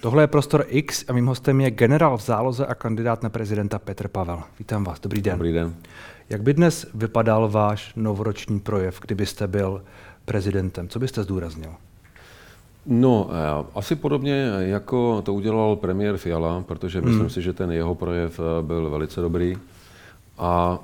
Tohle je Prostor X a mým hostem je generál v záloze a kandidát na prezidenta Petr Pavel. Vítám vás, dobrý den. Dobrý den. Jak by dnes vypadal váš novoroční projev, kdybyste byl prezidentem? Co byste zdůraznil? No, asi podobně, jako to udělal premiér Fiala, protože myslím si, že ten jeho projev byl velice dobrý a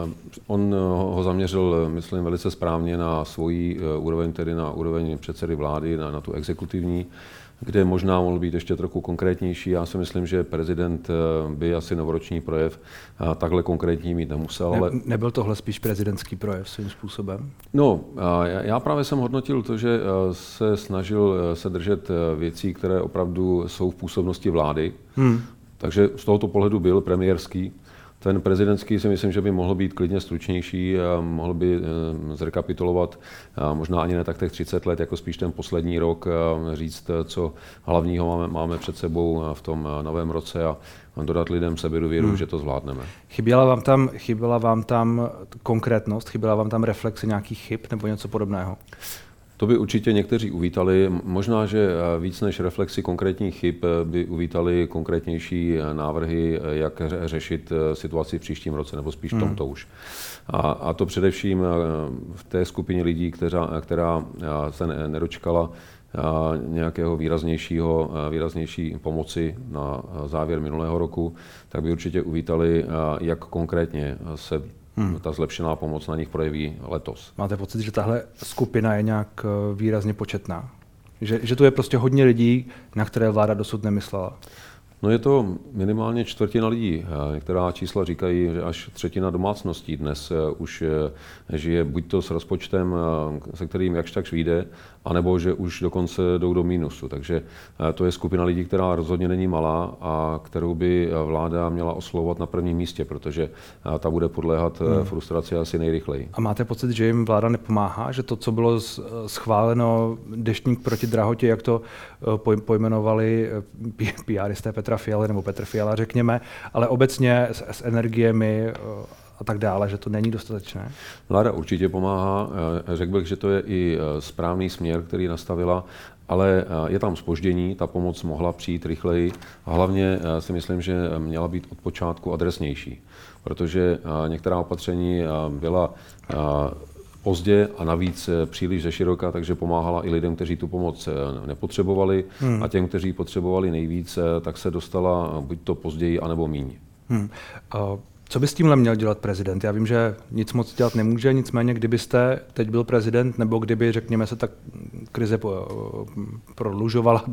on ho zaměřil, myslím, velice správně na svoji úroveň, tedy na úroveň předsedy vlády, na tu exekutivní, kde možná mohl být ještě trochu konkrétnější. Já si myslím, že prezident by asi novoroční projev takhle konkrétní mít nemusel. Ale nebyl tohle spíš prezidentský projev svým způsobem? No, já právě jsem hodnotil to, že se snažil se držet věcí, které opravdu jsou v působnosti vlády. Takže z tohoto pohledu byl premiérský. Ten prezidentský si myslím, že by mohl být klidně stručnější, mohl by zrekapitulovat možná ani ne tak těch 30 let, jako spíš ten poslední rok, říct, co hlavního máme před sebou v tom novém roce a dodat lidem sebedůvěru, že to zvládneme. Chyběla vám tam konkrétnost, chyběla vám tam reflexe nějakých chyb nebo něco podobného? To by určitě někteří uvítali. Možná, že víc než reflexi konkrétních chyb by uvítali konkrétnější návrhy, jak řešit situaci v příštím roce, nebo spíš v tomto už. A to především v té skupině lidí, která se nedočkala nějakého výraznější pomoci na závěr minulého roku, tak by určitě uvítali, jak konkrétně se ta zlepšená pomoc na nich projeví letos. Máte pocit, že tahle skupina je nějak výrazně početná? Že tu je prostě hodně lidí, na které vláda dosud nemyslela? No je to minimálně čtvrtina lidí. Některá čísla říkají, že až třetina domácností dnes už žije buď to s rozpočtem, se kterým jakž takž vyjde, anebo že už dokonce jdou do mínusu. Takže to je skupina lidí, která rozhodně není malá a kterou by vláda měla oslovovat na prvním místě, protože ta bude podléhat frustraci asi nejrychleji. A máte pocit, že jim vláda nepomáhá? Že to, co bylo schváleno, deštník proti drahotě, jak to pojmenovali PRisté Petra Fialy nebo Petr Fiala, řekněme, ale obecně s energiemi a tak dále, že to není dostatečné? Vláda určitě pomáhá. Řekl bych, že to je i správný směr, který nastavila, ale je tam zpoždění, ta pomoc mohla přijít rychleji a hlavně si myslím, že měla být od počátku adresnější, protože některá opatření byla pozdě a navíc příliš ze široka, takže pomáhala i lidem, kteří tu pomoc nepotřebovali a těm, kteří potřebovali nejvíc, tak se dostala buď to později, anebo míň. Co by s tímhle měl dělat prezident? Já vím, že nic moc dělat nemůže, nicméně kdybyste teď byl prezident, nebo kdyby, řekněme, se ta krize prodlužovala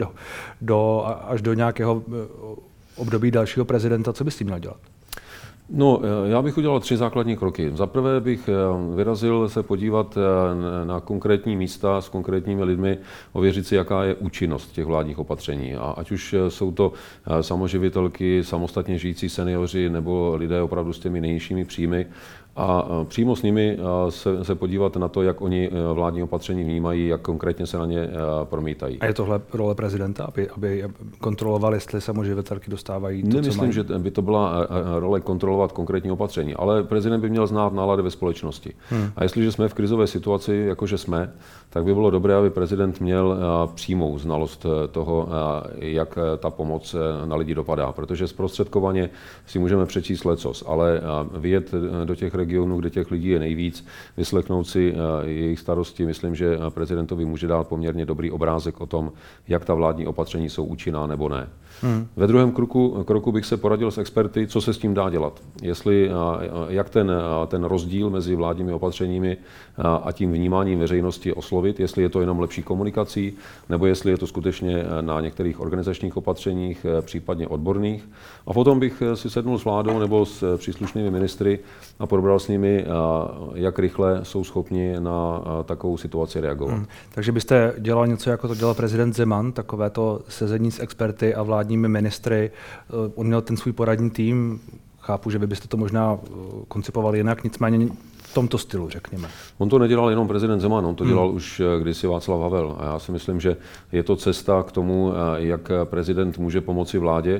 až do nějakého období dalšího prezidenta, co by s tím měl dělat? No, já bych udělal 3 základní kroky. Za prvé bych vyrazil se podívat na konkrétní místa s konkrétními lidmi, ověřit si, jaká je účinnost těch vládních opatření. A ať už jsou to samoživitelky, samostatně žijící seniori nebo lidé opravdu s těmi nejnižšími příjmy, a přímo s nimi se podívat na to, jak oni vládní opatření vnímají, jak konkrétně se na ně promítají. A je tohle role prezidenta, aby kontroloval, jestli samoživitelky dostávají to, Nemyslím, co mají? že by to byla role kontrolovat konkrétní opatření, ale prezident by měl znát nálady ve společnosti. A jestliže jsme v krizové situaci, jakože jsme, tak by bylo dobré, aby prezident měl přímou znalost toho, jak ta pomoc na lidi dopadá, protože zprostředkovaně si můžeme přečíst lecos, ale vyjet do těch regionů, kde těch lidí je nejvíc, vyslechnout si jejich starosti, myslím, že prezidentovi může dát poměrně dobrý obrázek o tom, jak ta vládní opatření jsou účinná nebo ne. Ve druhém kroku bych se poradil s experty, co se s tím dá dělat. Jak ten rozdíl mezi vládními opatřeními a tím vnímáním veřejnosti oslovit, jestli je to jenom lepší komunikací, nebo jestli je to skutečně na některých organizačních opatřeních, případně odborných. A potom bych si sednul s vládou nebo s příslušnými ministry a probral s nimi, jak rychle jsou schopni na takovou situaci reagovat. Takže byste dělal něco, jako to dělal prezident Zeman, takové to sezení s experty a vládními ministry. On měl ten svůj poradní tým. Chápu, že vy byste to možná koncipovali jinak, nicméně v tomto stylu, řekněme. On to nedělal jenom prezident Zeman, on to dělal už kdysi Václav Havel. A já si myslím, že je to cesta k tomu, jak prezident může pomoci vládě,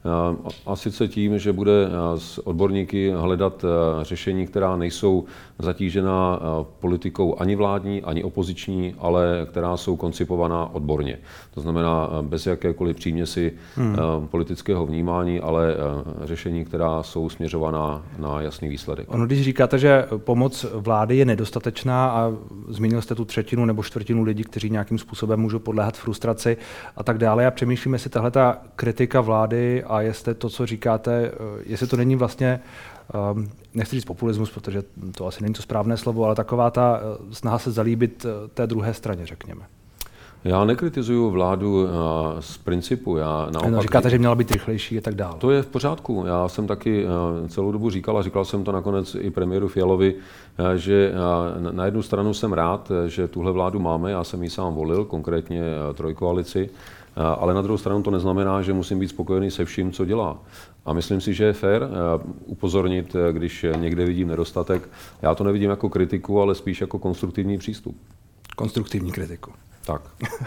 A sice tím, že bude s odborníky hledat řešení, která nejsou zatížená politikou ani vládní, ani opoziční, ale která jsou koncipovaná odborně. To znamená bez jakékoliv příměsi politického vnímání, ale řešení, která jsou směřovaná na jasný výsledek. Ono, když říkáte, že pomoc vlády je nedostatečná a zmínil jste tu třetinu nebo čtvrtinu lidí, kteří nějakým způsobem můžou podléhat frustraci a tak dále. Já přemýšlím, jestli tahle ta kritika vlády a jestli to, co říkáte, jestli to není vlastně, nechci říct populismus, protože to asi není to správné slovo, ale taková ta snaha se zalíbit té druhé straně, řekněme. Já nekritizuju vládu z principu. Já naopak, říkáte, že měla být rychlejší a tak dále. To je v pořádku. Já jsem taky celou dobu říkal, a říkal jsem to nakonec i premiéru Fialovi, že na jednu stranu jsem rád, že tuhle vládu máme, já jsem ji sám volil, konkrétně trojkoalici, ale na druhou stranu to neznamená, že musím být spokojený se vším, co dělá. A myslím si, že je fér upozornit, když někde vidím nedostatek. Já to nevidím jako kritiku, ale spíš jako konstruktivní přístup. Konstruktivní kritiku. Tak.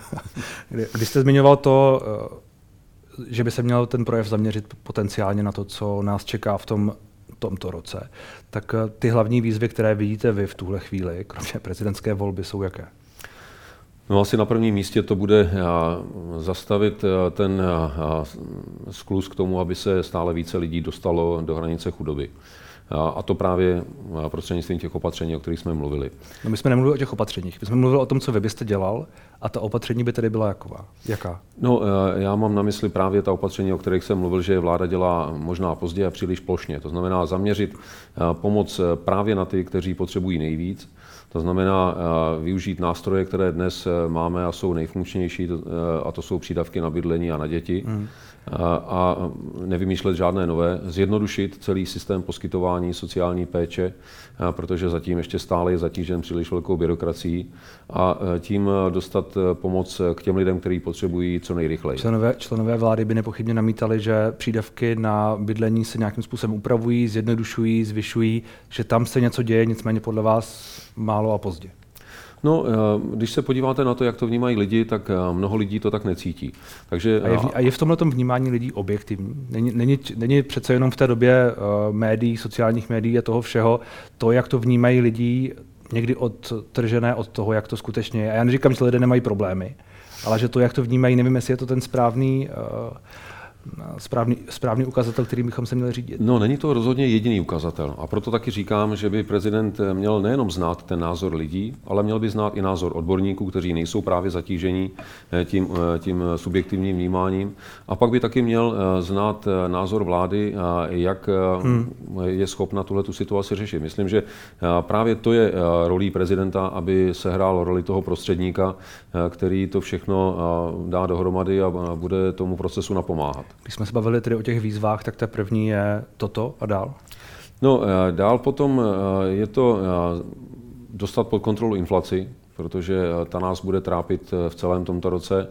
Když jste zmiňoval to, že by se měl ten projev zaměřit potenciálně na to, co nás čeká v tomto roce, tak ty hlavní výzvy, které vidíte vy v tuhle chvíli, kromě prezidentské volby, jsou jaké? No asi na prvním místě to bude zastavit ten skluz k tomu, aby se stále více lidí dostalo do hranice chudoby. A to právě prostřednictvím těch opatření, o kterých jsme mluvili. No my jsme nemluvili o těch opatřeních, my jsme mluvili o tom, co vy byste dělal, a ta opatření by tedy byla jaká? No, já mám na mysli právě ta opatření, o kterých jsem mluvil, že vláda dělá možná pozdě a příliš plošně. To znamená zaměřit pomoc právě na ty, kteří potřebují nejvíc. To znamená využít nástroje, které dnes máme a jsou nejfunkčnější, a to jsou přídavky na bydlení a na děti. A nevymýšlet žádné nové, zjednodušit celý systém poskytování sociální péče, protože zatím ještě stále je zatížen příliš velkou byrokracií, a tím dostat pomoc k těm lidem, kteří potřebují co nejrychleji. Členové vlády by nepochybně namítali, že přídavky na bydlení se nějakým způsobem upravují, zjednodušují, zvyšují, že tam se něco děje, nicméně podle vás málo a pozdě. No, když se podíváte na to, jak to vnímají lidi, tak mnoho lidí to tak necítí. Takže, a je v tomhletom vnímání lidí objektivní? Není přece jenom v té době médií, sociálních médií a toho všeho, to, jak to vnímají lidi, někdy odtržené od toho, jak to skutečně je. A já neříkám, že lidé nemají problémy, ale že to, jak to vnímají, nevím, jestli je to ten správný ukazatel, kterým bychom se měli řídit. No, není to rozhodně jediný ukazatel. A proto taky říkám, že by prezident měl nejenom znát ten názor lidí, ale měl by znát i názor odborníků, kteří nejsou právě zatížení tím subjektivním vnímáním. A pak by taky měl znát názor vlády, jak je schopna tuhletu situaci řešit. Myslím, že právě to je rolí prezidenta, aby sehrál roli toho prostředníka, který to všechno dá dohromady a bude tomu procesu napomáhat. Když jsme se bavili tedy o těch výzvách, tak ta první je toto a dál? No, dál potom je to dostat pod kontrolu inflaci, protože ta nás bude trápit v celém tomto roce.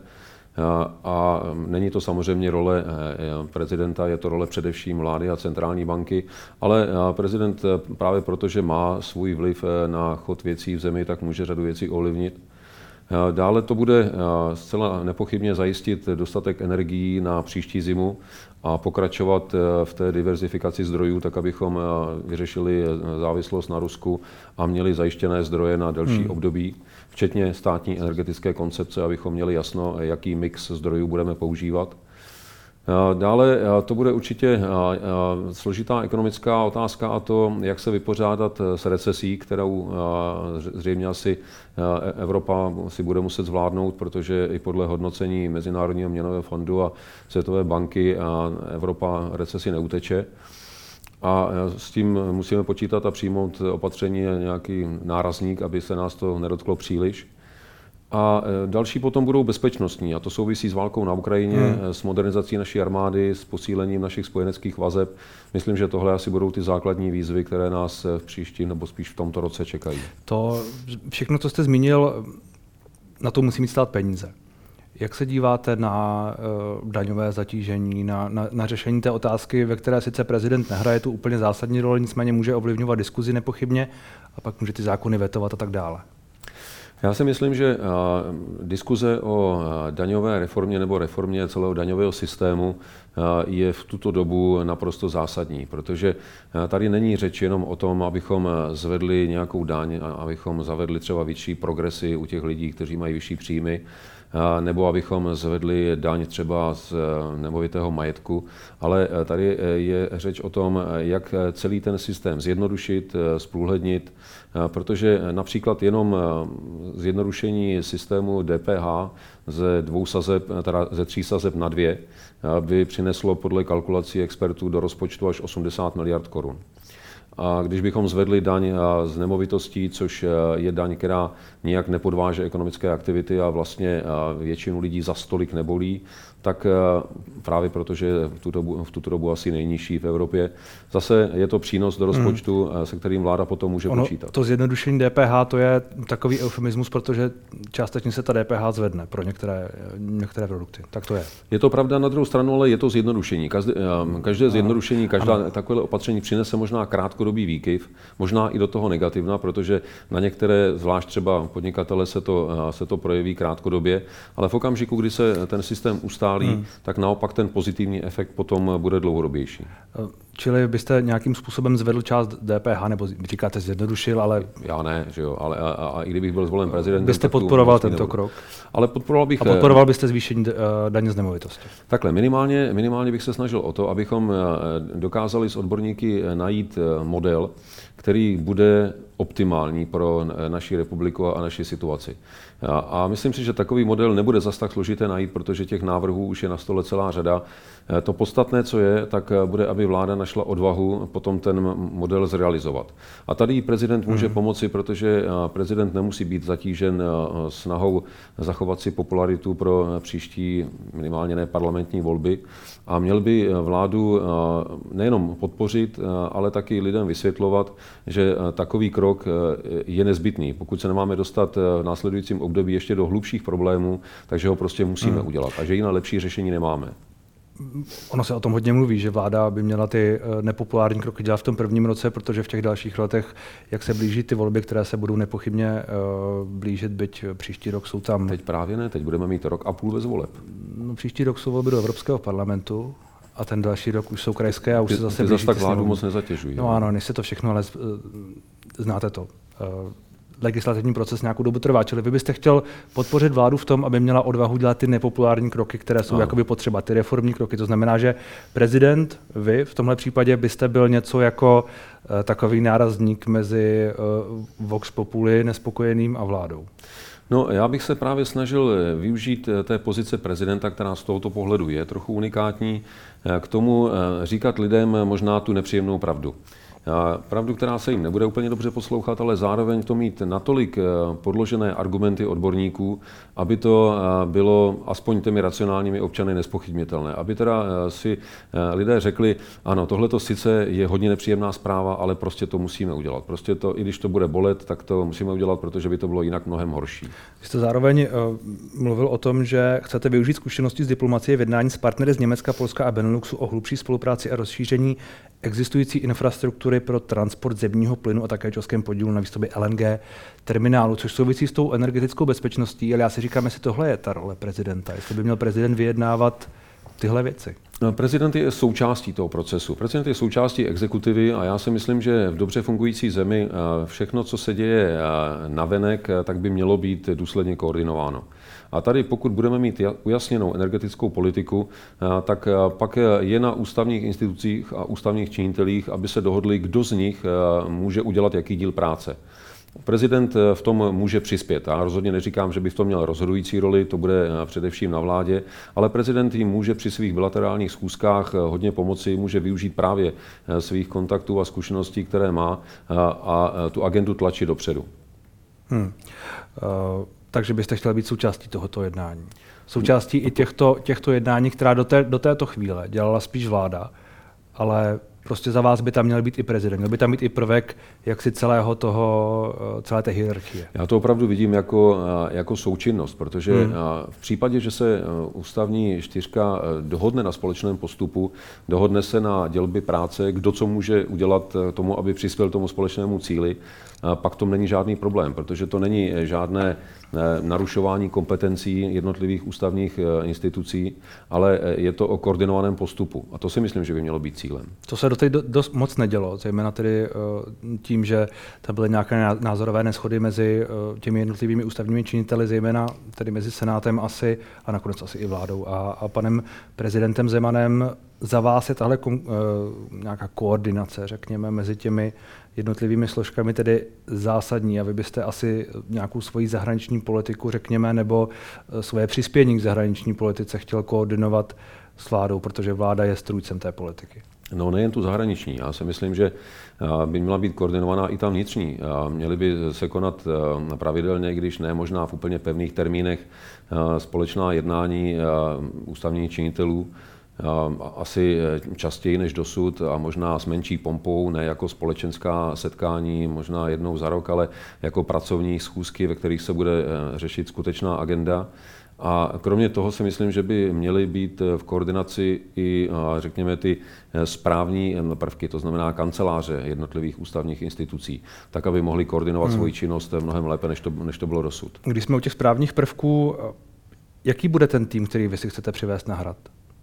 A není to samozřejmě role prezidenta, je to role především vlády a centrální banky, ale prezident právě proto, že má svůj vliv na chod věcí v zemi, tak může řadu věcí ovlivnit. Dále to bude zcela nepochybně zajistit dostatek energií na příští zimu a pokračovat v té diverzifikaci zdrojů, tak abychom vyřešili závislost na Rusku a měli zajištěné zdroje na delší období, včetně státní energetické koncepce, abychom měli jasno, jaký mix zdrojů budeme používat. Dále to bude určitě složitá ekonomická otázka, a to, jak se vypořádat s recesí, kterou zřejmě asi Evropa si bude muset zvládnout, protože i podle hodnocení Mezinárodního měnového fondu a Světové banky Evropa recesi neuteče. A s tím musíme počítat a přijmout opatření, nějaký nárazník, aby se nás to nedotklo příliš. A další potom budou bezpečnostní, a to souvisí s válkou na Ukrajině, s modernizací naší armády, s posílením našich spojeneckých vazeb. Myslím, že tohle asi budou ty základní výzvy, které nás v příštím nebo spíš v tomto roce čekají. To všechno, co jste zmínil, na to musí mít stát peníze. Jak se díváte na daňové zatížení, na řešení té otázky, ve které sice prezident nehraje tu úplně zásadní roli, nicméně může ovlivňovat diskuzi nepochybně a pak může ty zákony vetovat a tak dále? Já si myslím, že diskuze o daňové reformě nebo reformě celého daňového systému je v tuto dobu naprosto zásadní, protože tady není řeč jenom o tom, abychom zvedli nějakou daň, abychom zavedli třeba vyšší progresy u těch lidí, kteří mají vyšší příjmy, nebo abychom zvedli daň třeba z nemovitého majetku, ale tady je řeč o tom, jak celý ten systém zjednodušit, zprůhlednit, protože například jenom zjednodušení systému DPH ze 3 sazeb na 2 by přineslo podle kalkulací expertů do rozpočtu až 80 miliard korun. A když bychom zvedli daň z nemovitostí, což je daň, která nijak nepodváže ekonomické aktivity a vlastně většinu lidí za stolik nebolí, tak právě protože je v tuto dobu asi nejnižší v Evropě. Zase je to přínos do rozpočtu, se kterým vláda potom může počítat. To zjednodušení DPH, to je takový eufemismus, protože částečně se ta DPH zvedne pro některé produkty. Tak to je. Je to pravda na druhou stranu, ale je to zjednodušení. Každé zjednodušení, takové opatření přinese možná krátkodobý výkyv, možná i do toho negativna, protože na některé, zvlášť třeba podnikatele, se to projeví krátkodobě, ale v okamžiku, kdy se ten systém ustálí, tak naopak ten pozitivní efekt potom bude dlouhodobější. Čili byste nějakým způsobem zvedl část DPH, nebo říkáte zjednodušil, ale... Já ne, že jo, ale a i kdybych byl zvolen prezidentem... Byste podporoval tento krok? Ale podporoval bych... A podporoval byste zvýšení daně z nemovitosti? Takhle, minimálně bych se snažil o to, abychom dokázali s odborníky najít model, který bude optimální pro naši republiku a naši situaci. A myslím si, že takový model nebude zas tak složité najít, protože těch návrhů už je na stole celá řada. To podstatné, co je, tak bude, aby vláda našla odvahu potom ten model zrealizovat. A tady prezident může pomoci, protože prezident nemusí být zatížen snahou zachovat si popularitu pro příští minimálně ne parlamentní volby a měl by vládu nejenom podpořit, ale taky lidem vysvětlovat, že takový krok je nezbytný. Pokud se nemáme dostat v následujícím období ještě do hlubších problémů, takže ho prostě musíme udělat a že jiná lepší řešení nemáme. Ono se o tom hodně mluví, že vláda by měla ty nepopulární kroky dělat v tom prvním roce, protože v těch dalších letech, jak se blíží ty volby, které se budou nepochybně blížit, byť příští rok jsou tam... Teď právě ne, teď budeme mít rok a půl bez voleb. No, příští rok jsou volby do Evropského parlamentu a ten další rok už jsou krajské a už se zase blíží. Ty tak vládu moc nezatěžují. No ano, než se to všechno, ale znáte to. Legislativní proces nějakou dobu trvá. Čili vy byste chtěl podpořit vládu v tom, aby měla odvahu dělat ty nepopulární kroky, které jsou jakoby potřeba, ty reformní kroky. To znamená, že prezident, vy v tomhle případě byste byl něco jako takový nárazník mezi Vox Populi nespokojeným a vládou. No, já bych se právě snažil využít té pozice prezidenta, která z tohoto pohledu je trochu unikátní, k tomu říkat lidem možná tu nepříjemnou pravdu. Pravdu, která se jim nebude úplně dobře poslouchat, ale zároveň to mít natolik podložené argumenty odborníků, aby to bylo aspoň těmi racionálními občany nezpochybnitelné. Aby teda si lidé řekli, ano, tohle to sice je hodně nepříjemná zpráva, ale prostě to musíme udělat. Prostě to, i když to bude bolet, tak to musíme udělat, protože by to bylo jinak mnohem horší. Vy jste zároveň mluvil o tom, že chcete využít zkušenosti z diplomacie v jednání s partnery z Německa, Polska a Beneluxu o hlubší spolupráci a rozšíření existující infrastruktury pro transport zemního plynu a také českém podílu na výstavbě LNG terminálu, což souvisí s tou energetickou bezpečností, ale já si říkám, jestli tohle je ta role prezidenta, jestli by měl prezident vyjednávat tyhle věci. Prezident je součástí toho procesu. Prezident je součástí exekutivy a já si myslím, že v dobře fungující zemi všechno, co se děje navenek, tak by mělo být důsledně koordinováno. A tady, pokud budeme mít ujasněnou energetickou politiku, tak pak je na ústavních institucích a ústavních činitelích, aby se dohodli, kdo z nich může udělat jaký díl práce. Prezident v tom může přispět. Já rozhodně neříkám, že by v tom měl rozhodující roli, to bude především na vládě, ale prezident jim může při svých bilaterálních schůzkách hodně pomoci, může využít právě svých kontaktů a zkušeností, které má, a tu agendu tlačit dopředu. Takže byste chtěl být součástí tohoto jednání. Součástí i těchto jednání, která do této chvíle dělala spíš vláda, ale prostě za vás by tam měl být i prezident, měl by tam být i prvek jaksi celé té hierarchie. Já to opravdu vidím jako součinnost, protože v případě, že se ústavní čtyřka dohodne na společném postupu, dohodne se na dělbě práce, kdo co může udělat tomu, aby přispěl tomu společnému cíli, pak to není žádný problém, protože to není žádné narušování kompetencí jednotlivých ústavních institucí, ale je to o koordinovaném postupu. A to si myslím, že by mělo být cílem. To se doteď dost moc nedělo, zejména tedy tím, že tam byly nějaké názorové neshody mezi těmi jednotlivými ústavními činiteli, zejména tedy mezi Senátem asi a nakonec asi i vládou a panem prezidentem Zemanem. Za vás je tahle nějaká koordinace, řekněme, mezi těmi jednotlivými složkami tedy zásadní a vy byste asi nějakou svoji zahraniční politiku, řekněme, nebo svoje přispění k zahraniční politice chtěl koordinovat s vládou, protože vláda je strůjcem té politiky. No nejen tu zahraniční, já si myslím, že by měla být koordinovaná i ta vnitřní. Měly by se konat pravidelně, když ne možná v úplně pevných termínech, společná jednání ústavních činitelů, asi častěji než dosud a možná s menší pompou, ne jako společenská setkání, možná jednou za rok, ale jako pracovní schůzky, ve kterých se bude řešit skutečná agenda. A kromě toho si myslím, že by měly být v koordinaci i, řekněme, ty správní prvky, to znamená kanceláře jednotlivých ústavních institucí, tak, aby mohli koordinovat svoji činnost mnohem lépe, než to bylo dosud. Když jsme u těch správních prvků, jaký bude ten tým, který vy si chcete přivést na Hrad?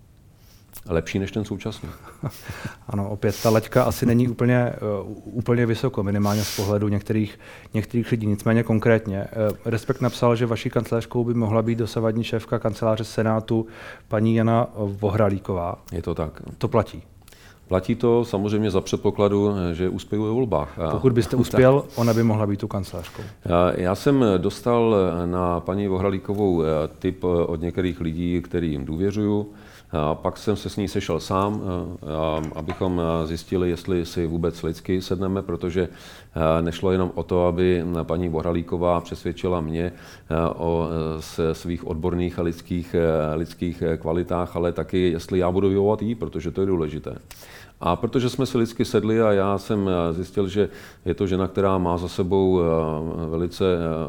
Lepší než ten současný. Ano, opět ta laťka asi není úplně vysoko, minimálně z pohledu některých lidí. Nicméně konkrétně. Respekt napsal, že vaší kancelářkou by mohla být dosavadní šéfka kanceláře Senátu paní Jana Vohralíková. Je to tak. To platí. Platí to samozřejmě za předpokladu, že uspěju ve volbách. Pokud byste uspěl, ona by mohla být tu kancelářkou. Já jsem dostal na paní Vohralíkovou tip od některých lidí, kterým důvěřuju. A pak jsem se s ní sešel sám, abychom zjistili, jestli si vůbec lidsky sedneme, protože nešlo jenom o to, aby paní Vohralíková přesvědčila mě o svých odborných a lidských kvalitách, ale taky, jestli já budu vyhovovat jí, protože to je důležité. A protože jsme si lidsky sedli a já jsem zjistil, že je to žena, která má za sebou velice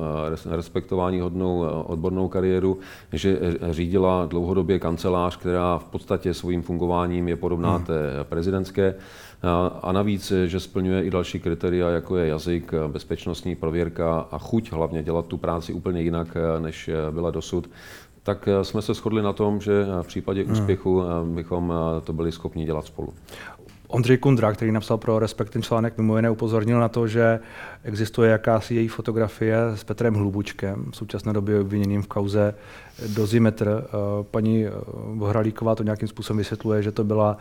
respektováníhodnou odbornou kariéru, že řídila dlouhodobě kancelář, která v podstatě svým fungováním je podobná té prezidentské, a navíc, že splňuje i další kritéria, jako je jazyk, bezpečnostní prověrka a chuť hlavně dělat tu práci úplně jinak, než byla dosud, tak jsme se shodli na tom, že v případě úspěchu bychom to byli schopni dělat spolu. Ondřej Kundra, který napsal pro Respekt ten článek, mimo jiné upozornil na to, že existuje jakási její fotografie s Petrem Hlubučkem, v současné době obviněným v kauze Dozimetr. Paní Vohralíková to nějakým způsobem vysvětluje, že to byla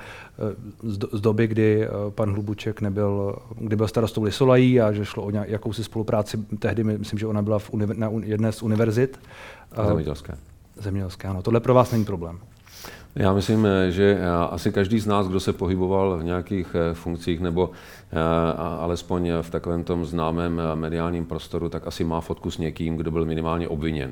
z doby, kdy pan Hlubuček kdy byl starostou Lisolají a že šlo o jakousi spolupráci. Tehdy myslím, že ona byla na jedné z univerzit. Zemědělské, ano. Tohle pro vás není problém. Já myslím, že asi každý z nás, kdo se pohyboval v nějakých funkcích nebo alespoň v takovém tom známém mediálním prostoru, tak asi má fotku s někým, kdo byl minimálně obviněn.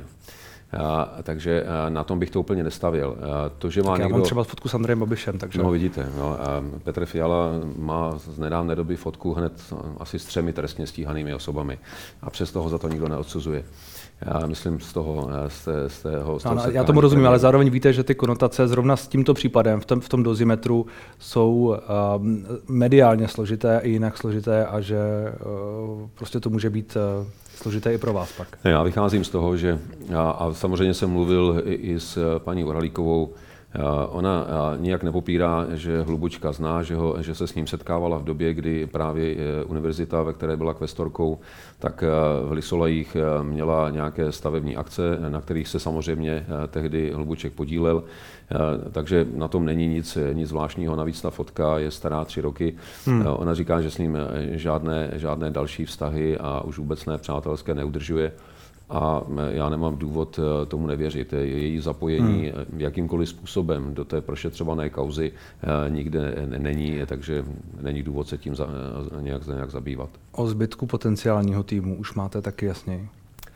Takže na tom bych to úplně nestavil. To, že má tak já někdo... mám třeba fotku s Andrejem Babišem. Takže... No vidíte, Petr Fiala má z nedávné doby fotku hned asi s 3 trestně stíhanými osobami a přesto ho za to nikdo neodsuzuje. Já myslím z toho já tomu rozumím, ale zároveň víte, že ty konotace zrovna s tímto případem v tom Dozimetru jsou mediálně složité i jinak složité a že prostě to může být složité i pro vás pak. Já vycházím z toho, že a samozřejmě jsem mluvil i s paní Vohralíkovou. Ona nijak nepopírá, že Hlubučka zná, že se s ním setkávala v době, kdy právě univerzita, ve které byla kvestorkou, tak v Lisolajích měla nějaké stavební akce, na kterých se samozřejmě tehdy Hlubuček podílel. Takže na tom není nic zvláštního, navíc ta fotka je stará 3 roky. Ona říká, že s ním žádné další vztahy a už vůbec ne přátelské neudržuje. A já nemám důvod tomu nevěřit. Její zapojení jakýmkoliv způsobem do té prošetřované kauzy nikde není, takže není důvod se tím nějak zabývat. O zbytku potenciálního týmu už máte taky jasněji?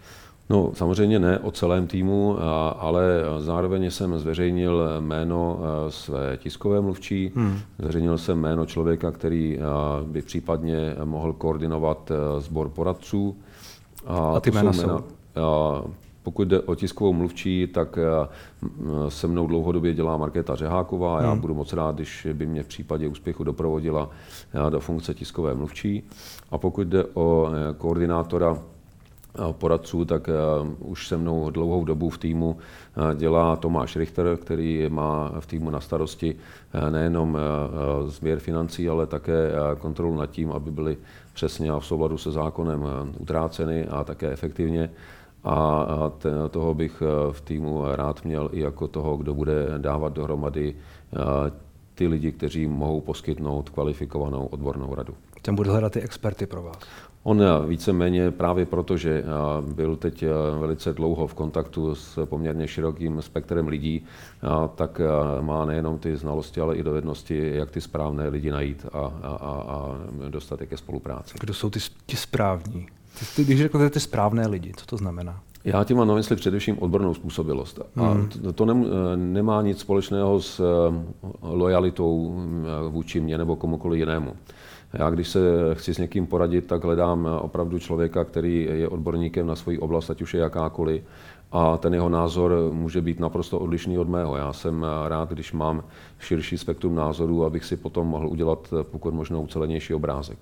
No, samozřejmě ne o celém týmu, ale zároveň jsem zveřejnil jméno své tiskové mluvčí, zveřejnil jsem jméno člověka, který by případně mohl koordinovat sbor poradců. A ty jména jsou? Pokud jde o tiskovou mluvčí, tak se mnou dlouhodobě dělá Markéta Řeháková. Já budu moc rád, když by mě v případě úspěchu doprovodila do funkce tiskové mluvčí. A pokud jde o koordinátora poradců, tak už se mnou dlouhou dobu v týmu dělá Tomáš Richter, který má v týmu na starosti nejenom sběr financí, ale také kontrolu nad tím, aby byly přesně a v souladu se zákonem utráceny a také efektivně. A toho bych v týmu rád měl i jako toho, kdo bude dávat dohromady ty lidi, kteří mohou poskytnout kvalifikovanou odbornou radu. Ten bude hledat ty experty pro vás. On víceméně právě proto, že byl teď velice dlouho v kontaktu s poměrně širokým spektrem lidí, tak má nejenom ty znalosti, ale i dovednosti, jak ty správné lidi najít a dostat je ke spolupráci. Kdo jsou ti správní? Když řeknete ty správné lidi, co to znamená? Já tím mám na mysli především odbornou způsobilost. A to nemá nic společného s lojalitou vůči mně nebo komukoliv jinému. Já když se chci s někým poradit, tak hledám opravdu člověka, který je odborníkem na svoji oblast, ať už je jakákoliv, a ten jeho názor může být naprosto odlišný od mého. Já jsem rád, když mám širší spektrum názorů, abych si potom mohl udělat pokud možno ucelenější obrázek.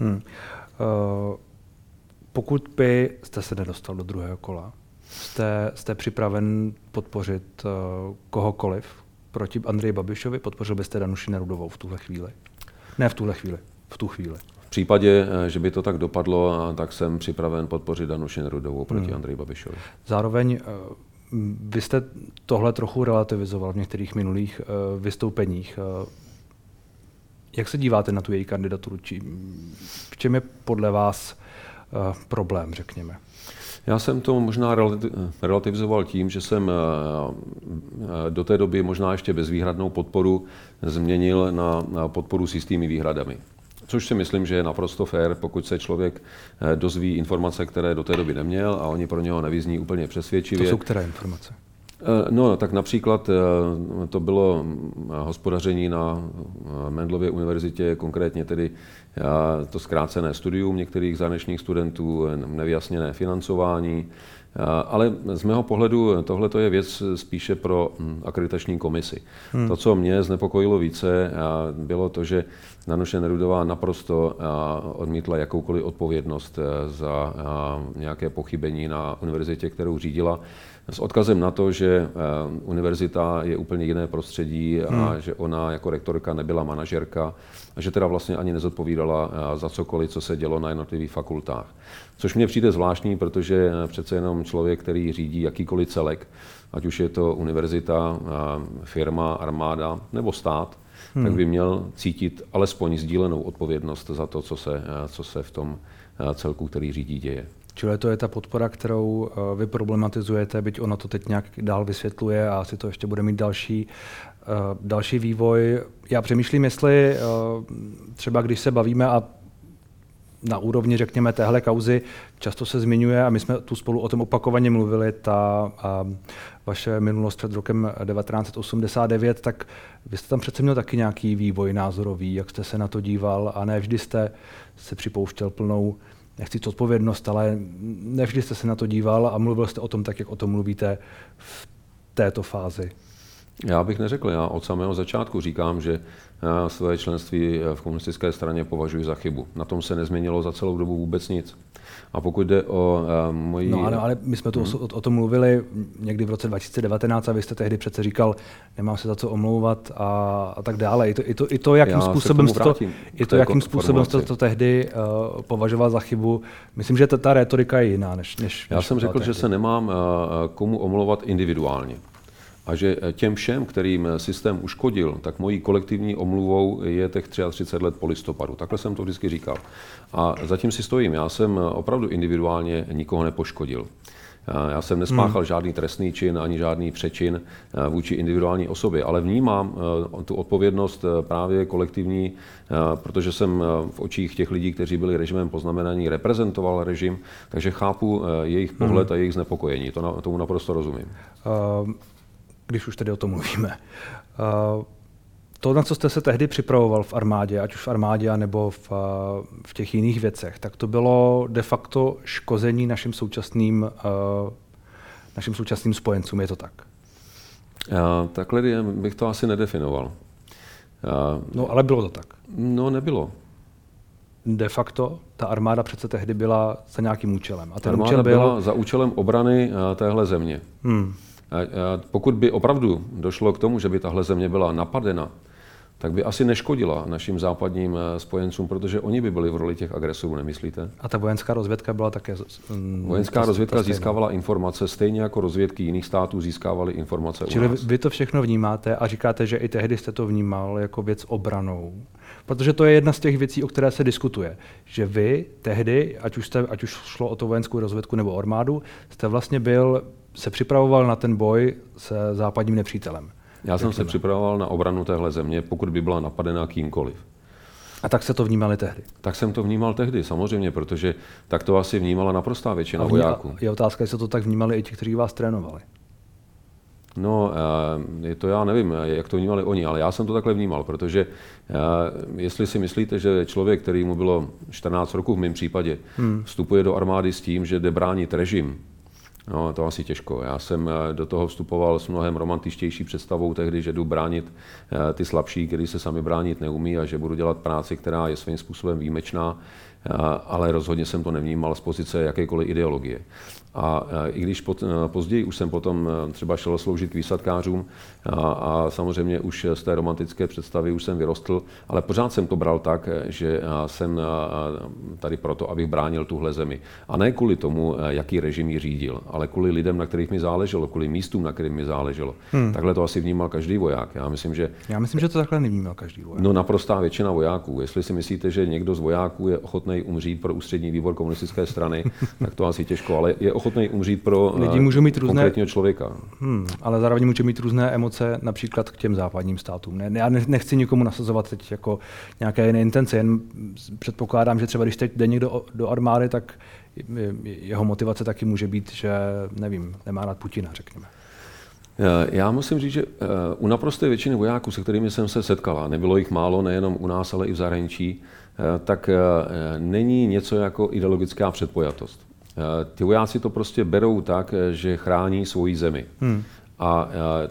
Pokud byste se nedostal do druhého kola, jste připraven podpořit kohokoliv proti Andreji Babišovi? Podpořil byste Danuši Nerudovou v tuhle chvíli? Ne v tuhle chvíli, v tu chvíli. V případě, že by to tak dopadlo, tak jsem připraven podpořit Danuši Nerudovou proti Andreji Babišovi. Zároveň vy jste tohle trochu relativizoval v některých minulých vystoupeních. Jak se díváte na tu její kandidaturu? V čem je podle vás problém, řekněme? Já jsem to možná relativizoval tím, že jsem do té doby možná ještě bezvýhradnou podporu změnil na podporu s jistými výhradami. Což si myslím, že je naprosto fér, pokud se člověk dozví informace, které do té doby neměl a oni pro něho nevyzní úplně přesvědčivě. To jsou které informace? No, tak například to bylo hospodaření na Mendelově univerzitě, konkrétně tedy to zkrácené studium některých zahraničních studentů, nevyjasněné financování, ale z mého pohledu tohle je věc spíše pro akreditační komisi. To, co mě znepokojilo více, bylo to, že Danuše Nerudová naprosto odmítla jakoukoliv odpovědnost za nějaké pochybení na univerzitě, kterou řídila, s odkazem na to, že univerzita je úplně jiné prostředí a že ona jako rektorka nebyla manažerka a že teda vlastně ani nezodpovídala za cokoliv, co se dělo na jednotlivých fakultách. Což mně přijde zvláštní, protože přece jenom člověk, který řídí jakýkoliv celek, ať už je to univerzita, firma, armáda nebo stát, tak by měl cítit alespoň sdílenou odpovědnost za to, co se v tom celku, který řídí, děje. Čili to je ta podpora, kterou vy problematizujete, byť ona to teď nějak dál vysvětluje a asi to ještě bude mít další vývoj. Já přemýšlím, jestli třeba když se bavíme a na úrovni, řekněme, téhle kauzy často se zmiňuje, a my jsme tu spolu o tom opakovaně mluvili, ta vaše minulost před rokem 1989, tak vy jste tam přece měl taky nějaký vývoj názorový, jak jste se na to díval, a ne vždy jste se připouštěl plnou, nechci říct odpovědnost, ale nevždy jste se na to díval a mluvil jste o tom tak, jak o tom mluvíte v této fázi. Já bych neřekl, já od samého začátku říkám, že své členství v komunistické straně považuji za chybu. Na tom se nezměnilo za celou dobu vůbec nic. A pokud jde o moji... No ale my jsme tu o tom mluvili někdy v roce 2019 a vy jste tehdy přece říkal, nemám se za co omlouvat a tak dále. I to jakým způsobem jste to tehdy považoval za chybu. Myslím, že ta rétorika je jiná, než já jsem řekl, tehdy. Že se nemám komu omlouvat individuálně. A že těm všem, kterým systém uškodil, tak mojí kolektivní omluvou je těch 33 let po listopadu. Takhle jsem to vždycky říkal. A zatím si stojím. Já jsem opravdu individuálně nikoho nepoškodil. Já jsem nespáchal žádný trestný čin ani žádný přečin vůči individuální osobě, ale vnímám tu odpovědnost právě kolektivní, protože jsem v očích těch lidí, kteří byli režimem poznamenaní, reprezentoval režim, takže chápu jejich pohled a jejich znepokojení. Tomu naprosto rozumím. Když už tedy o tom mluvíme. To, na co jste se tehdy připravoval v armádě, ať už v armádě, nebo v těch jiných věcech, tak to bylo de facto škození našim současným spojencům, je to tak? Takhle bych to asi nedefinoval. No, ale bylo to tak. No, nebylo. De facto ta armáda přece tehdy byla za nějakým účelem. A ten armáda účel byla za účelem obrany téhle země. Pokud by opravdu došlo k tomu, že by tahle země byla napadena, tak by asi neškodila našim západním spojencům, protože oni by byli v roli těch agresorů, nemyslíte? A ta vojenská rozvědka byla také... Vojenská rozvědka získávala informace, stejně jako rozvědky jiných států získávaly informace u nás. Čili vy to všechno vnímáte a říkáte, že i tehdy jste to vnímal jako věc obranou. Protože to je jedna z těch věcí, o které se diskutuje. Že vy tehdy, ať už šlo o tu vojenskou rozvědku nebo armádu, jste vlastně se připravoval na ten boj se západním nepřítelem. Já jsem se připravoval na obranu téhle země, pokud by byla napadena kýmkoliv. A tak se to vnímali tehdy? Tak jsem to vnímal tehdy, samozřejmě, protože tak to asi vnímala naprostá většina vojáků. Je otázka, jestli to tak vnímali i ti, kteří vás trénovali. No, to já nevím, jak to vnímali oni, ale já jsem to takhle vnímal, protože jestli si myslíte, že člověk, který mu bylo 14 roků v mém případě, vstupuje do armády s tím, že jde bránit režim, no, to asi těžko. Já jsem do toho vstupoval s mnohem romantičtější představou tehdy, že jdu bránit ty slabší, kteří se sami bránit neumí a že budu dělat práci, která je svým způsobem výjimečná, ale rozhodně jsem to nevnímal z pozice jakékoliv ideologie. A i když později už jsem potom třeba šel sloužit k výsadkářům a samozřejmě už z té romantické představy už jsem vyrostl, ale pořád jsem to bral tak, že jsem tady proto, abych bránil tuhle zemi. A ne kvůli tomu, jaký režim ji řídil, ale kvůli lidem, na kterých mi záleželo, kvůli místům, na kterých mi záleželo. Takhle to asi vnímal každý voják. Já myslím, že to takhle nevnímal každý voják. No, naprostá většina vojáků. Jestli si myslíte, že někdo z vojáků je ochotný umřít pro ústřední výbor komunistické strany, tak to asi těžko, ale je ochotný umřít pro konkrétního člověka. Ale zároveň může mít různé emoce, například k těm západním státům. Já nechci nikomu nasazovat teď jako nějaké jiné intence, jen předpokládám, že třeba když teď jde někdo do armády, tak jeho motivace taky může být, že nevím, nemá rád Putina, řekněme. Já musím říct, že u naprosté většiny vojáků, se kterými jsem se setkal, a nebylo jich málo, nejenom u nás, ale i v zahraničí, tak není něco jako ideologická předpojatost. Ty vojáci to prostě berou tak, že chrání svoji zemi. A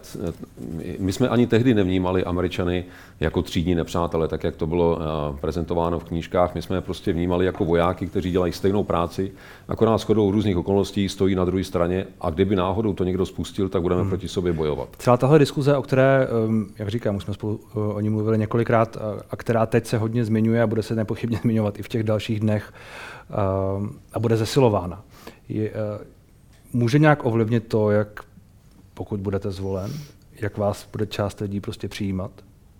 my jsme ani tehdy nevnímali Američany jako třídní nepřátele, tak jak to bylo prezentováno v knížkách. My jsme je prostě vnímali jako vojáky, kteří dělají stejnou práci, akorát shodou různých okolností stojí na druhé straně a kdyby náhodou to někdo spustil, tak budeme proti sobě bojovat. Celá tahle diskuze, o které, jak říkám, už jsme spolu o ní mluvili několikrát a která teď se hodně zmiňuje a bude se nepochybně zmiňovat i v těch dalších dnech a bude zesilována. Může nějak ovlivnit to, jak pokud budete zvolen, jak vás bude část lidí prostě přijímat,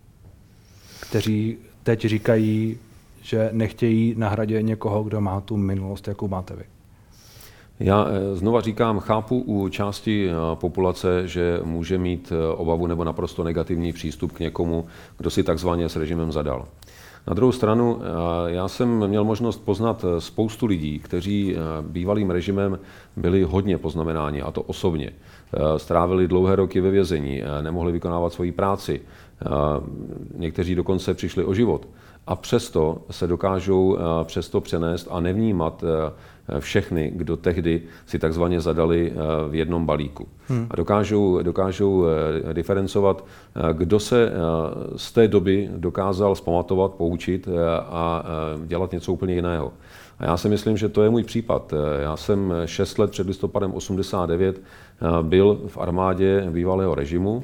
kteří teď říkají, že nechtějí na Hradě někoho, kdo má tu minulost, jakou máte vy? Já znova říkám, chápu u části populace, že může mít obavu nebo naprosto negativní přístup k někomu, kdo si takzvaně s režimem zadal. Na druhou stranu, já jsem měl možnost poznat spoustu lidí, kteří bývalým režimem byli hodně poznamenáni, a to osobně. Strávili dlouhé roky ve vězení, nemohli vykonávat svoji práci, někteří dokonce přišli o život. A přesto se dokážou přesto přenést a nevnímat všechny, kdo tehdy si takzvaně zadali v jednom balíku. A dokážou diferencovat, kdo se z té doby dokázal vzpamatovat, poučit a dělat něco úplně jiného. A já si myslím, že to je můj případ. Já jsem 6 let před listopadem 89 byl v armádě bývalého režimu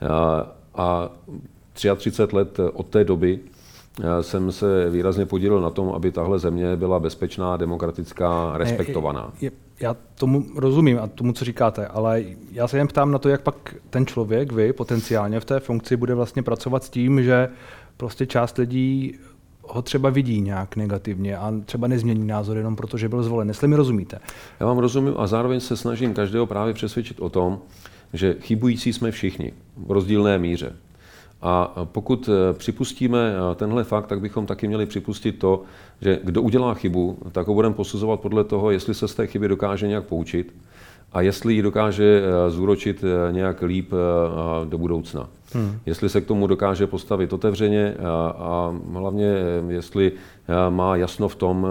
a 33 let od té doby jsem se výrazně podílel na tom, aby tahle země byla bezpečná, demokratická, respektovaná. Já tomu rozumím a tomu, co říkáte, ale já se jen ptám na to, jak pak ten člověk, vy potenciálně v té funkci bude vlastně pracovat s tím, že prostě část lidí ho třeba vidí nějak negativně a třeba nezmění názor jenom proto, že byl zvolen. Jestli mi rozumíte? Já vám rozumím a zároveň se snažím každého právě přesvědčit o tom, že chybující jsme všichni v rozdílné míře. A pokud připustíme tenhle fakt, tak bychom taky měli připustit to, že kdo udělá chybu, tak ho budeme posuzovat podle toho, jestli se z té chyby dokáže nějak poučit a jestli ji dokáže zúročit nějak líp do budoucna. Jestli se k tomu dokáže postavit otevřeně a hlavně jestli má jasno v tom,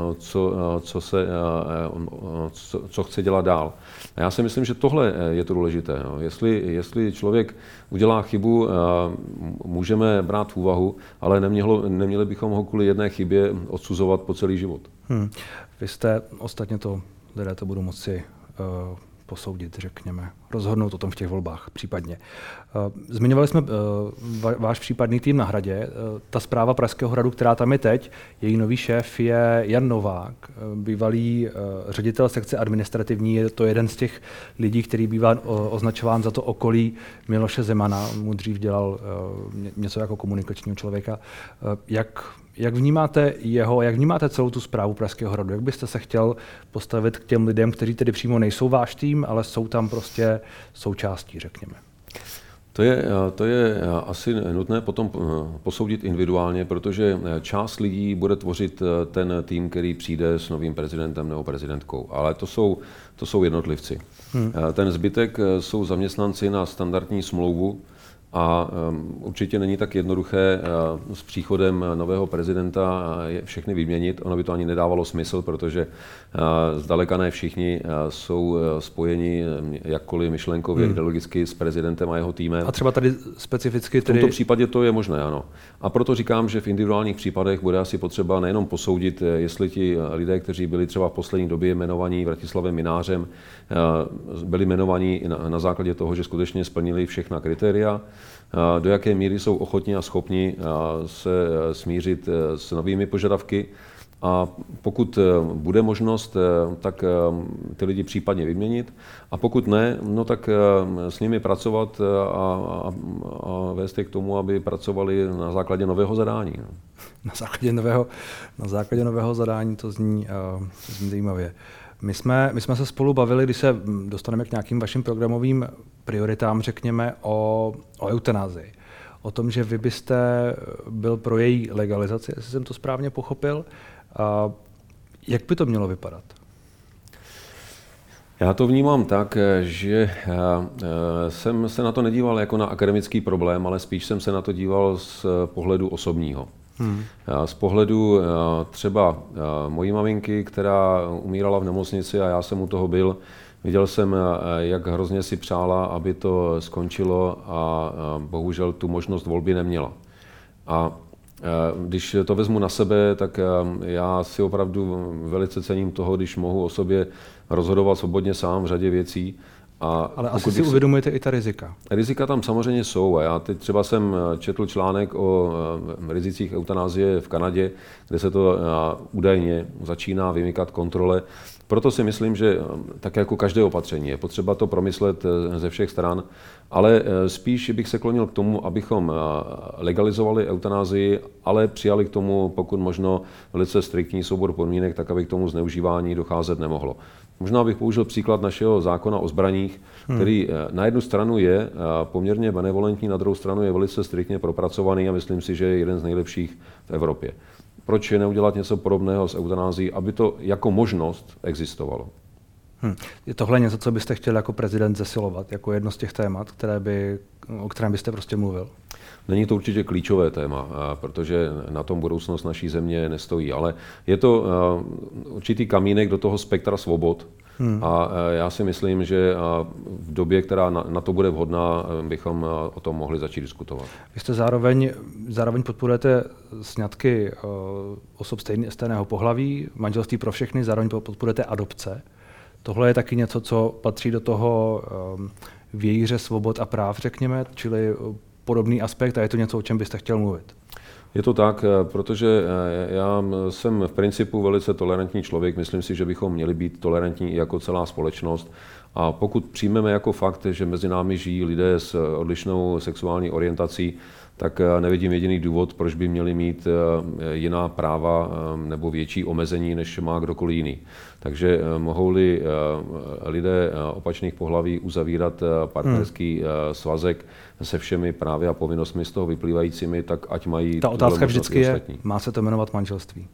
co chce dělat dál. A já si myslím, že tohle je to důležité. No. Jestli člověk udělá chybu, můžeme brát v úvahu, ale neměli bychom ho kvůli jedné chybě odsuzovat po celý život. Vy jste, ostatně to lidé to budou moci posoudit, řekněme, rozhodnout o tom v těch volbách případně. Zmiňovali jsme váš případný tým na Hradě. Ta správa Pražského hradu, která tam je teď, její nový šéf je Jan Novák, bývalý ředitel sekce administrativní. Je to jeden z těch lidí, který bývá označován za to okolí Miloše Zemana. Mu dřív dělal něco jako komunikačního člověka. Jak vnímáte jeho, jak vnímáte celou tu správu Pražského hradu? Jak byste se chtěl postavit k těm lidem, kteří tedy přímo nejsou váš tým, ale jsou tam prostě součástí, řekněme? To je asi nutné potom posoudit individuálně, protože část lidí bude tvořit ten tým, který přijde s novým prezidentem nebo prezidentkou. Ale to jsou jednotlivci. Ten zbytek jsou zaměstnanci na standardní smlouvu, a určitě není tak jednoduché s příchodem nového prezidenta všechny vyměnit. Ono by to ani nedávalo smysl, protože zdaleka ne všichni jsou spojeni jakkoliv myšlenkově, ideologicky s prezidentem a jeho týmem. A třeba tady specificky... V tomto případě to je možné, ano. A proto říkám, že v individuálních případech bude asi potřeba nejenom posoudit, jestli ti lidé, kteří byli třeba v poslední době jmenovaní Vratislavem Mynářem, byli jmenovaní na základě toho, že skutečně splnili všechna kritéria, do jaké míry jsou ochotní a schopni se smířit s novými požadavky. A pokud bude možnost, tak ty lidi případně vyměnit. A pokud ne, no tak s nimi pracovat a vést je k tomu, aby pracovali na základě nového zadání. Na základě nového zadání to zní zajímavě. My jsme se spolu bavili, když se dostaneme k nějakým vašim programovým prioritám, řekněme, o eutanazii. O tom, že vy byste byl pro její legalizaci, jestli jsem to správně pochopil. Jak by to mělo vypadat? Já to vnímám tak, že jsem se na to nedíval jako na akademický problém, ale spíš jsem se na to díval z pohledu osobního. Z pohledu třeba mojí maminky, která umírala v nemocnici a já jsem u toho byl, viděl jsem, jak hrozně si přála, aby to skončilo a bohužel tu možnost volby neměla. A když to vezmu na sebe, tak já si opravdu velice cením toho, když mohu o sobě rozhodovat svobodně sám v řadě věcí. Ale asi si uvědomujete i ta rizika. Rizika tam samozřejmě jsou a já teď třeba jsem četl článek o rizicích eutanázie v Kanadě, kde se to údajně začíná vymykat kontrole. Proto si myslím, že tak jako každé opatření je potřeba to promyslet ze všech stran, ale spíš bych se klonil k tomu, abychom legalizovali eutanázii, ale přijali k tomu pokud možno velice striktní soubor podmínek, tak aby k tomu zneužívání docházet nemohlo. Možná bych použil příklad našeho zákona o zbraních, který na jednu stranu je poměrně benevolentní, na druhou stranu je velice striktně propracovaný a myslím si, že je jeden z nejlepších v Evropě. Proč neudělat něco podobného s eutanázií, aby to jako možnost existovalo? Je tohle něco, co byste chtěl jako prezident zesilovat, jako jedno z těch témat, o kterém byste prostě mluvil? Není to určitě klíčové téma, protože na tom budoucnost naší země nestojí, ale je to určitý kamínek do toho spektra svobod a já si myslím, že v době, která na to bude vhodná, bychom o tom mohli začít diskutovat. Vy jste zároveň podporujete sňatky osob stejného pohlaví, manželství pro všechny, zároveň podporujete adopce. Tohle je taky něco, co patří do toho vějíře svobod a práv, řekněme, čili podobný aspekt a je to něco, o čem byste chtěl mluvit? Je to tak, protože já jsem v principu velice tolerantní člověk. Myslím si, že bychom měli být tolerantní i jako celá společnost. A pokud přijmeme jako fakt, že mezi námi žijí lidé s odlišnou sexuální orientací, tak nevidím jediný důvod, proč by měli mít jiná práva nebo větší omezení, než má kdokoliv jiný. Takže mohou-li lidé opačných pohlaví uzavírat partnerský svazek se všemi právy a povinnostmi z toho vyplývajícími, tak ať mají... Ta otázka vždycky je, má se to jmenovat manželství?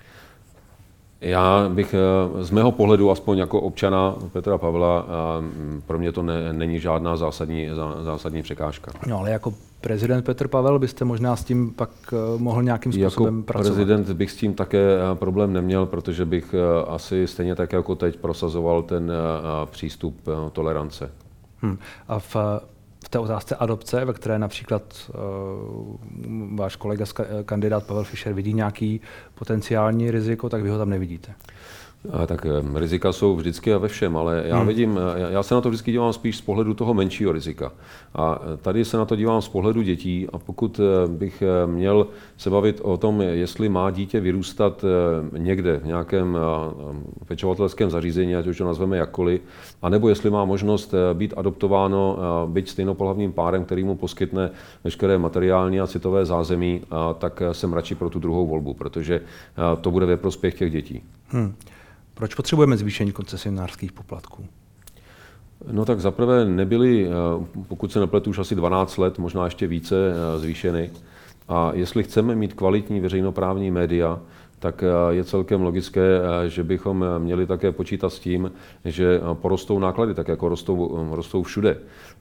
Já bych z mého pohledu, aspoň jako občana Petra Pavla, pro mě to není žádná zásadní překážka. No ale jako prezident Petr Pavel byste možná s tím pak mohl nějakým způsobem pracovat? Jako prezident bych s tím také problém neměl, protože bych asi stejně tak jako teď prosazoval ten přístup tolerance. A v té otázce adopce, ve které například váš kolega kandidát Pavel Fischer vidí nějaký potenciální riziko, tak vy ho tam nevidíte? Tak rizika jsou vždycky a ve všem, ale já se na to vždycky dívám spíš z pohledu toho menšího rizika. A tady se na to dívám z pohledu dětí a pokud bych měl se bavit o tom, jestli má dítě vyrůstat někde v nějakém pečovatelském zařízení, ať už to nazveme jakkoliv, anebo jestli má možnost být adoptováno byť stejnopohlavním párem, který mu poskytne veškeré materiální a citové zázemí, tak jsem radši pro tu druhou volbu, protože to bude ve prospěch těch dětí. Proč potřebujeme zvýšení koncesionářských poplatků? No tak zaprvé nebyly, pokud se nepletu, už asi 12 let, možná ještě více zvýšeny. A jestli chceme mít kvalitní veřejnoprávní média, tak je celkem logické, že bychom měli také počítat s tím, že porostou náklady, tak jako rostou všude.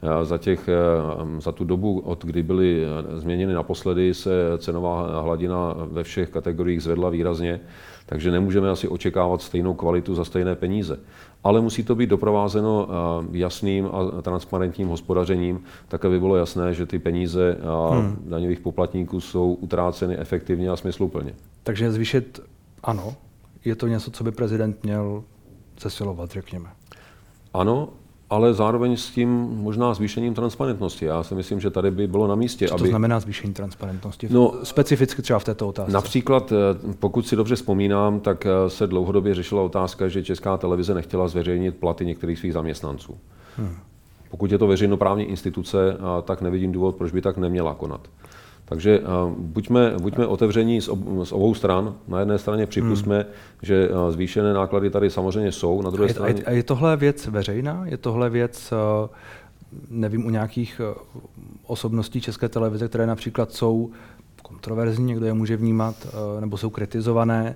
Za tu dobu, od kdy byly změněny naposledy, se cenová hladina ve všech kategoriích zvedla výrazně, takže nemůžeme asi očekávat stejnou kvalitu za stejné peníze. Ale musí to být doprovázeno jasným a transparentním hospodařením, tak aby bylo jasné, že ty peníze daňových poplatníků jsou utráceny efektivně a smysluplně. Takže zvýšit, ano, je to něco, co by prezident měl zesilovat, řekněme. Ano, ale zároveň s tím možná zvýšením transparentnosti. Já si myslím, že tady by bylo na místě. Co to znamená zvýšení transparentnosti? Specificky třeba v této otázce. Například, pokud si dobře vzpomínám, tak se dlouhodobě řešila otázka, že Česká televize nechtěla zveřejnit platy některých svých zaměstnanců. Pokud je to veřejnoprávní instituce, tak nevidím důvod, proč by tak neměla konat. Takže buďme otevření z obou stran. Na jedné straně připustme, že zvýšené náklady tady samozřejmě jsou, na druhé straně... A je tohle věc veřejná? Je tohle věc, nevím, u nějakých osobností České televize, které například jsou kontroverzní, někdo je může vnímat, nebo jsou kritizované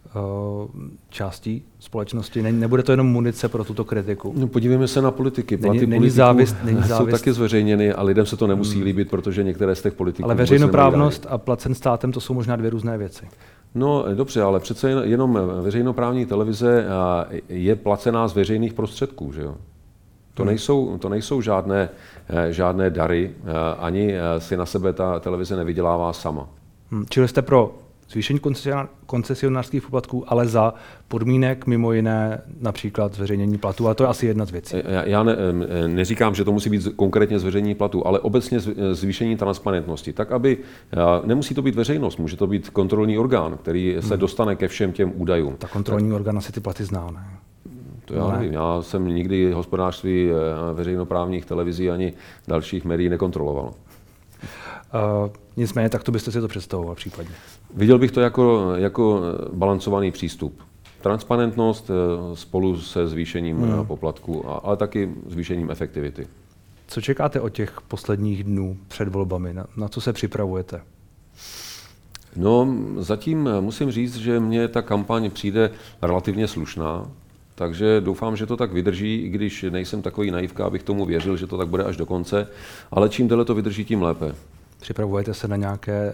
částí společnosti? Nebude to jenom munice pro tuto kritiku? No, podívejme se na politiky. Není závist. Jsou taky zveřejněny a lidem se to nemusí líbit, protože některé z těch politiků... Ale veřejnoprávnost a placen státem, to jsou možná dvě různé věci. No dobře, ale přece jenom veřejnoprávní televize je placená z veřejných prostředků, že jo? To nejsou žádné dary, ani si na sebe ta televize nevydělává sama. Čili jste pro zvýšení koncesionářských poplatků, ale za podmínek mimo jiné například zveřejnění platů, ale to je asi jedna z věcí. Já neříkám, že to musí být konkrétně zveřejnění platů, ale obecně zvýšení transparentnosti. Tak, aby nemusí to být veřejnost, může to být kontrolní orgán, který se dostane ke všem těm údajům. Ta kontrolní orgán asi ty platy zná, ne? To já nevím. Já jsem nikdy hospodářství veřejnoprávních televizí ani dalších médií nekontroloval. Nicméně takto byste si to představoval případně. Viděl bych to jako balancovaný přístup. Transparentnost spolu se zvýšením poplatků, ale taky zvýšením efektivity. Co čekáte od těch posledních dnů před volbami? Na co se připravujete? No, zatím musím říct, že mně ta kampaň přijde relativně slušná, takže doufám, že to tak vydrží, i když nejsem takový naivka, abych tomu věřil, že to tak bude až do konce, ale čím déle to vydrží, tím lépe. Připravujete se na nějaké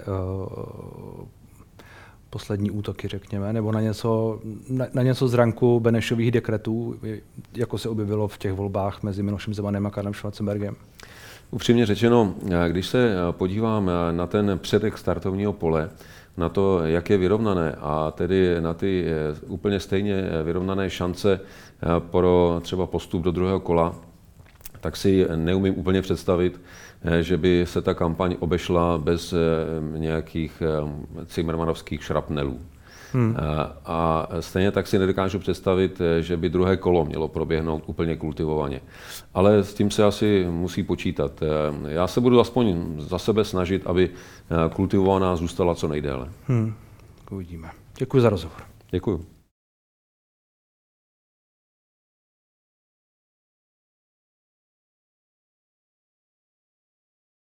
poslední útoky, řekněme, nebo na něco z ranku Benešových dekretů, jako se objevilo v těch volbách mezi Milošem Zemanem a Karlem Schwarzenbergem? Upřímně řečeno, když se podívám na ten předek startovního pole, na to, jak je vyrovnané, a tedy na ty úplně stejně vyrovnané šance pro třeba postup do druhého kola, tak si neumím úplně představit, že by se ta kampaň obešla bez nějakých cimrmanovských šrapnelů. A stejně tak si nedokážu představit, že by druhé kolo mělo proběhnout úplně kultivovaně. Ale s tím se asi musí počítat. Já se budu aspoň za sebe snažit, aby kultivovaná zůstala co nejdéle. Uvidíme. Děkuji za rozhovor. Děkuji.